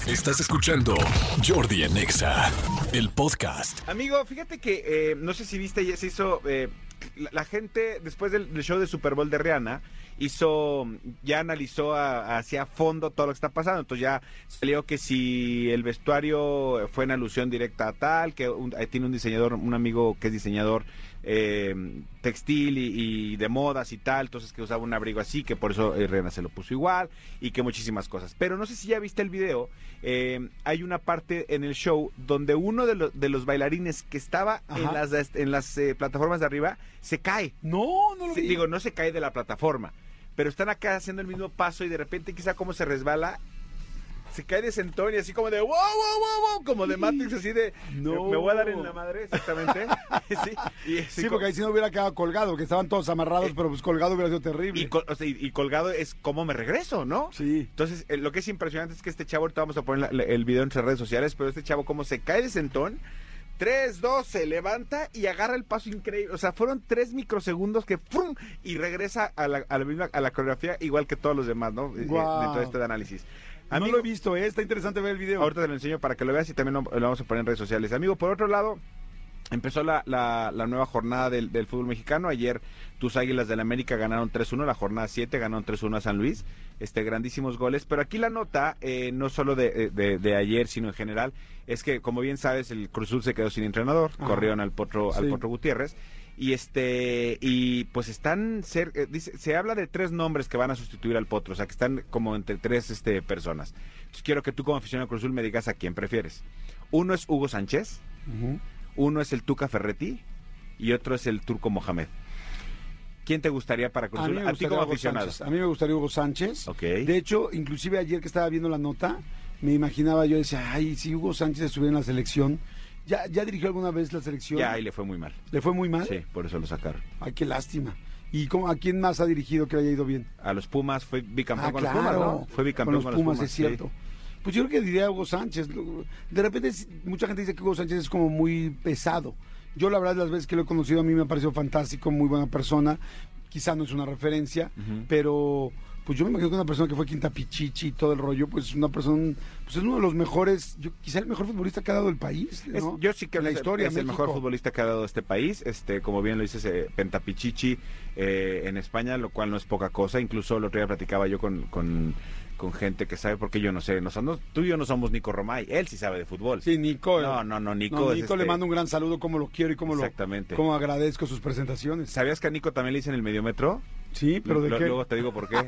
Estás escuchando Jordi en Exa, el podcast. Amigo, fíjate que no sé si viste, ya se hizo la gente después del show de Super Bowl de Rihanna ya analizó hacia fondo todo lo que está pasando. Entonces ya salió que si el vestuario fue en alusión directa a tal, que tiene un diseñador, un amigo que es diseñador textil y de modas y tal, entonces que usaba un abrigo así, que por eso Rihanna se lo puso igual, y que muchísimas cosas. Pero no sé si ya viste el video, hay una parte en el show donde uno de los bailarines que estaba en las plataformas de arriba se cae. No lo vi. Digo, no se cae de la plataforma, pero están acá haciendo el mismo paso y de repente quizá como se resbala, se cae de sentón y así como de wow, como de Matrix, así de me voy a dar en la madre, exactamente. Sí, porque ahí si no hubiera quedado colgado, que estaban todos amarrados, pero pues colgado hubiera sido terrible. Y colgado es como me regreso, ¿no? Sí. Entonces, lo que es impresionante es que este chavo, ahorita vamos a poner el video en nuestras redes sociales, pero este chavo como se cae de sentón, 3, 2, se levanta y agarra el paso increíble. O sea, fueron 3 microsegundos que ¡fum! Y regresa a la coreografía igual que todos los demás, ¿no? Wow. Dentro de este análisis. Amigo, no lo he visto, está interesante ver el video. Ahorita te lo enseño para que lo veas y también lo vamos a poner en redes sociales. Amigo, por otro lado, empezó la nueva jornada del fútbol mexicano. Ayer tus Águilas del América ganaron 3-1, la jornada 7 ganaron 3-1 a San Luis. Grandísimos goles, pero aquí la nota, no solo de ayer, sino en general, es que, como bien sabes, el Cruz Azul se quedó sin entrenador, corrieron al Potro Gutiérrez, y pues están se habla de 3 nombres que van a sustituir al Potro, o sea que están como entre 3 personas. Entonces quiero que tú, como aficionado al Cruz Azul, me digas a quién prefieres. Uno es Hugo Sánchez, uno es el Tuca Ferretti y otro es el Turco Mohamed. ¿Quién te gustaría para Cruz Azul? A ti como aficionado. A mí me gustaría Hugo Sánchez. Okay. De hecho, inclusive ayer que estaba viendo la nota, me imaginaba, yo decía, ay, si Hugo Sánchez estuviera en la selección. ¿Ya dirigió alguna vez la selección? Ya, y le fue muy mal. ¿Le fue muy mal? Sí, por eso lo sacaron. Ay, qué lástima. ¿Y a quién más ha dirigido que le haya ido bien? A los Pumas, fue bicampeón con claro. los Pumas, ¿no? Fue bicampeón con los Pumas, es cierto. Sí. Pues yo creo que diría Hugo Sánchez. De repente, mucha gente dice que Hugo Sánchez es como muy pesado. Yo, la verdad, las veces que lo he conocido, a mí me ha parecido fantástico, muy buena persona. Quizá no es una referencia, pero pues yo me imagino que una persona que fue Quinta Pichichi y todo el rollo, pues una persona, pues es uno de los mejores, quizá el mejor futbolista que ha dado el país, ¿no? Yo sí que en la historia es el mejor futbolista que ha dado este país, como bien lo dices, Pentapichichi en España, lo cual no es poca cosa. Incluso el otro día platicaba yo con gente que sabe, porque yo no sé, tú y yo no somos Nico Romay, él sí sabe de fútbol. Sí, Nico. No, Nico. Nico le mando un gran saludo, como lo quiero y cómo agradezco sus presentaciones. ¿Sabías que a Nico también le dicen el mediometro? Sí, pero ¿de qué? Luego te digo por qué.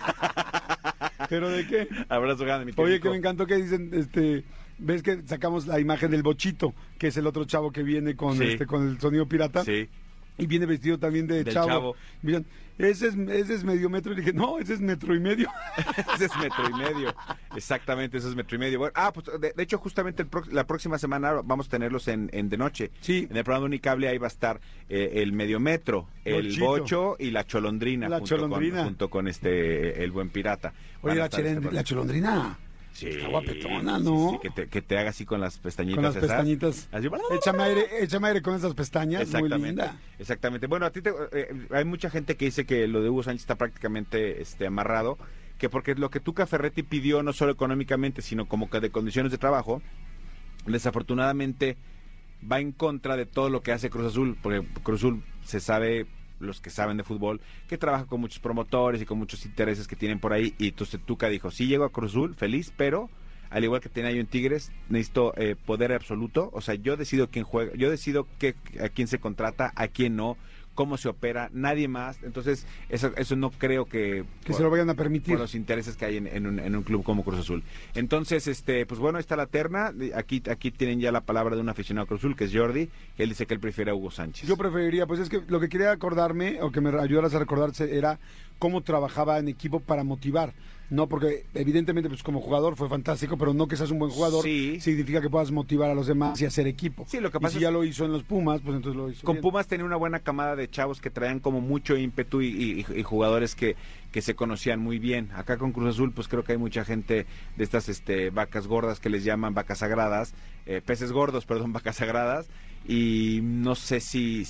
¿Pero de qué? Abrazo grande, mi tío Oye, Nico. que me encantó que dicen, ves que sacamos la imagen del Bochito, que es el otro chavo que viene con con el sonido pirata. Sí. Y viene vestido también del chavo. Miren, ese es medio metro. Y dije, no, ese es metro y medio. Ese es metro y medio. Exactamente, ese es metro y medio. Bueno, pues de hecho, justamente la próxima semana vamos a tenerlos en de noche. Sí. En el programa de Unicable ahí va a estar el medio metro, el Bocho y la Cholondrina. Junto con el Buen Pirata. Oye, la Cholondrina. Sí, está guapetona, ¿no? Sí, que te haga así con las pestañitas. Con las pestañitas. Así, échame aire con esas pestañas, muy linda. Exactamente. Bueno, a ti hay mucha gente que dice que lo de Hugo Sánchez está prácticamente amarrado, que porque lo que Tuca Ferretti pidió, no solo económicamente, sino como que de condiciones de trabajo, desafortunadamente va en contra de todo lo que hace Cruz Azul, porque Cruz Azul se sabe, los que saben de fútbol, que trabaja con muchos promotores y con muchos intereses que tienen por ahí, y entonces Tuca dijo, sí llego a Cruz Azul, feliz, pero al igual que tenía yo en Tigres, necesito poder absoluto, o sea, yo decido quién juega, yo decido a quién se contrata, a quién no, cómo se opera, nadie más. Entonces eso no creo que se lo vayan a permitir por los intereses que hay en un club como Cruz Azul. Entonces, pues bueno, ahí está la terna. Aquí tienen ya la palabra de un aficionado a Cruz Azul, que es Jordi, que él dice que él prefiere a Hugo Sánchez. Yo preferiría, pues es que lo que quería acordarme, o que me ayudaras a recordarse, era cómo trabajaba en equipo para motivar. No, porque evidentemente pues como jugador fue fantástico, pero no que seas un buen jugador, significa que puedas motivar a los demás y hacer equipo. Sí, lo que pasa y si ya lo hizo en los Pumas, pues entonces lo hizo con bien. Pumas tenía una buena camada de chavos que traían como mucho ímpetu y jugadores que se conocían muy bien. Acá con Cruz Azul pues creo que hay mucha gente de estas vacas gordas que les llaman vacas sagradas, peces gordos, perdón, vacas sagradas, y no sé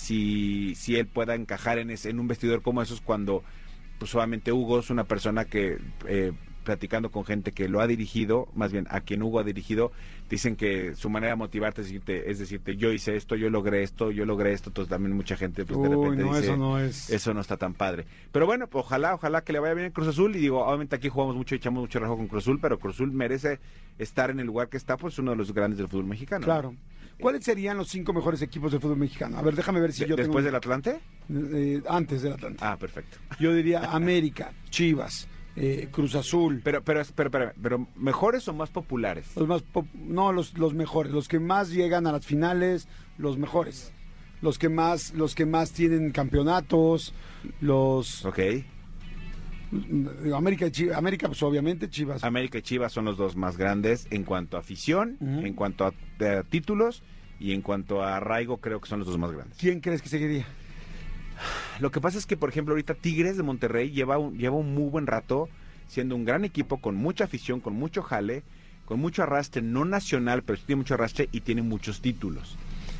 si él pueda encajar en un vestidor como esos cuando pues obviamente Hugo es una persona que platicando con gente que lo ha dirigido, más bien a quien Hugo ha dirigido, dicen que su manera de motivarte es decirte, yo hice esto, yo logré esto, entonces también mucha gente pues de repente dice, eso no está tan padre. Pero bueno, pues, ojalá que le vaya bien en Cruz Azul, y digo, obviamente aquí jugamos mucho, echamos mucho rajo con Cruz Azul, pero Cruz Azul merece estar en el lugar que está, pues uno de los grandes del fútbol mexicano. Claro. ¿Cuáles serían los 5 mejores equipos del fútbol mexicano? A ver, déjame ver si yo ¿Después del Atlante? Antes del Atlante. Ah, perfecto. Yo diría América, Chivas, Cruz Azul. Pero ¿mejores o más populares? Los mejores, los que más llegan a las finales, los mejores. Los que más tienen campeonatos, los... Ok. América y Chivas, pues obviamente Chivas. América y Chivas son los dos más grandes en cuanto a afición, en cuanto a títulos y en cuanto a arraigo, creo que son los dos más grandes. ¿Quién crees que seguiría? Lo que pasa es que, por ejemplo, ahorita Tigres de Monterrey lleva un muy buen rato siendo un gran equipo con mucha afición, con mucho jale, con mucho arrastre, no nacional, pero sí tiene mucho arrastre y tiene muchos títulos.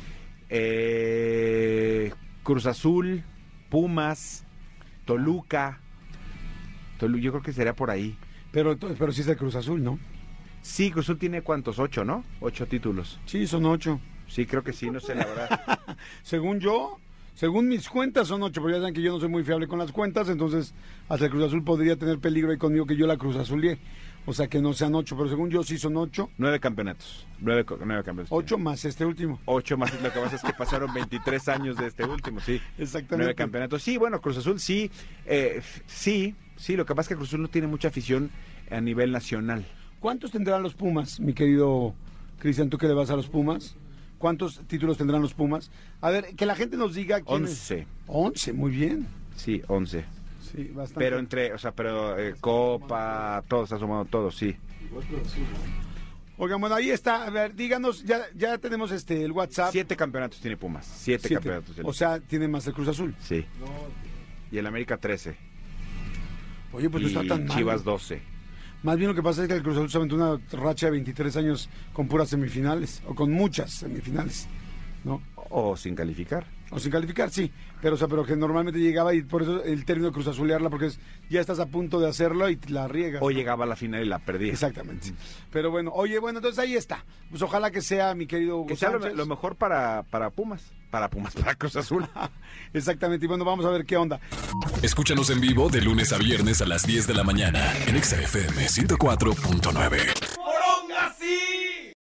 Cruz Azul, Pumas, Toluca, yo creo que sería por ahí. Pero sí es el Cruz Azul, ¿no? Sí, Cruz Azul tiene ¿cuántos? 8, ¿no? 8 títulos. Sí, son 8. Sí, creo que sí, no sé la verdad. Según mis cuentas son 8, pero ya saben que yo no soy muy fiable con las cuentas, entonces hasta el Cruz Azul podría tener peligro ahí conmigo que yo la Cruz Azulié. O sea, que no sean 8, pero según yo sí son 8. 9 campeonatos. 9 campeonatos. 8 más este último. 8 más, lo que pasa es que pasaron 23 años de este último, sí. Exactamente. 9 campeonatos. Sí, bueno, Cruz Azul sí, sí, lo que pasa es que Cruz Azul no tiene mucha afición a nivel nacional. ¿Cuántos tendrán los Pumas, mi querido Cristian, tú que le vas a los Pumas? ¿Cuántos títulos tendrán los Pumas? A ver, que la gente nos diga quién 11. 11, muy bien. Sí, 11. Sí, bastante. Pero Copa, todo, está sumado todo, sí. Oigan, bueno, ahí está. A ver, díganos, ya tenemos el WhatsApp. 7 campeonatos tiene Pumas. 7 campeonatos. O sea, tiene más el Cruz Azul. Sí. Y el América 13. Oye, pues no está tan mal. Chivas 12. Más bien lo que pasa es que el Cruz Azul se aventó una racha de 23 años con puras semifinales, o con muchas semifinales, ¿no? O sin calificar. O sin calificar, sí, pero que normalmente llegaba, y por eso el término de Cruz Azulearla, porque ya estás a punto de hacerlo y la riegas. O llegaba a la final y la perdía. Exactamente. Pero bueno, entonces ahí está. Pues ojalá que sea, mi querido Hugo que sea Sánchez. lo mejor para Pumas. Para Cruz Azul. Exactamente, y bueno, vamos a ver qué onda. Escúchanos en vivo de lunes a viernes a las 10 de la mañana en XFM 104.9.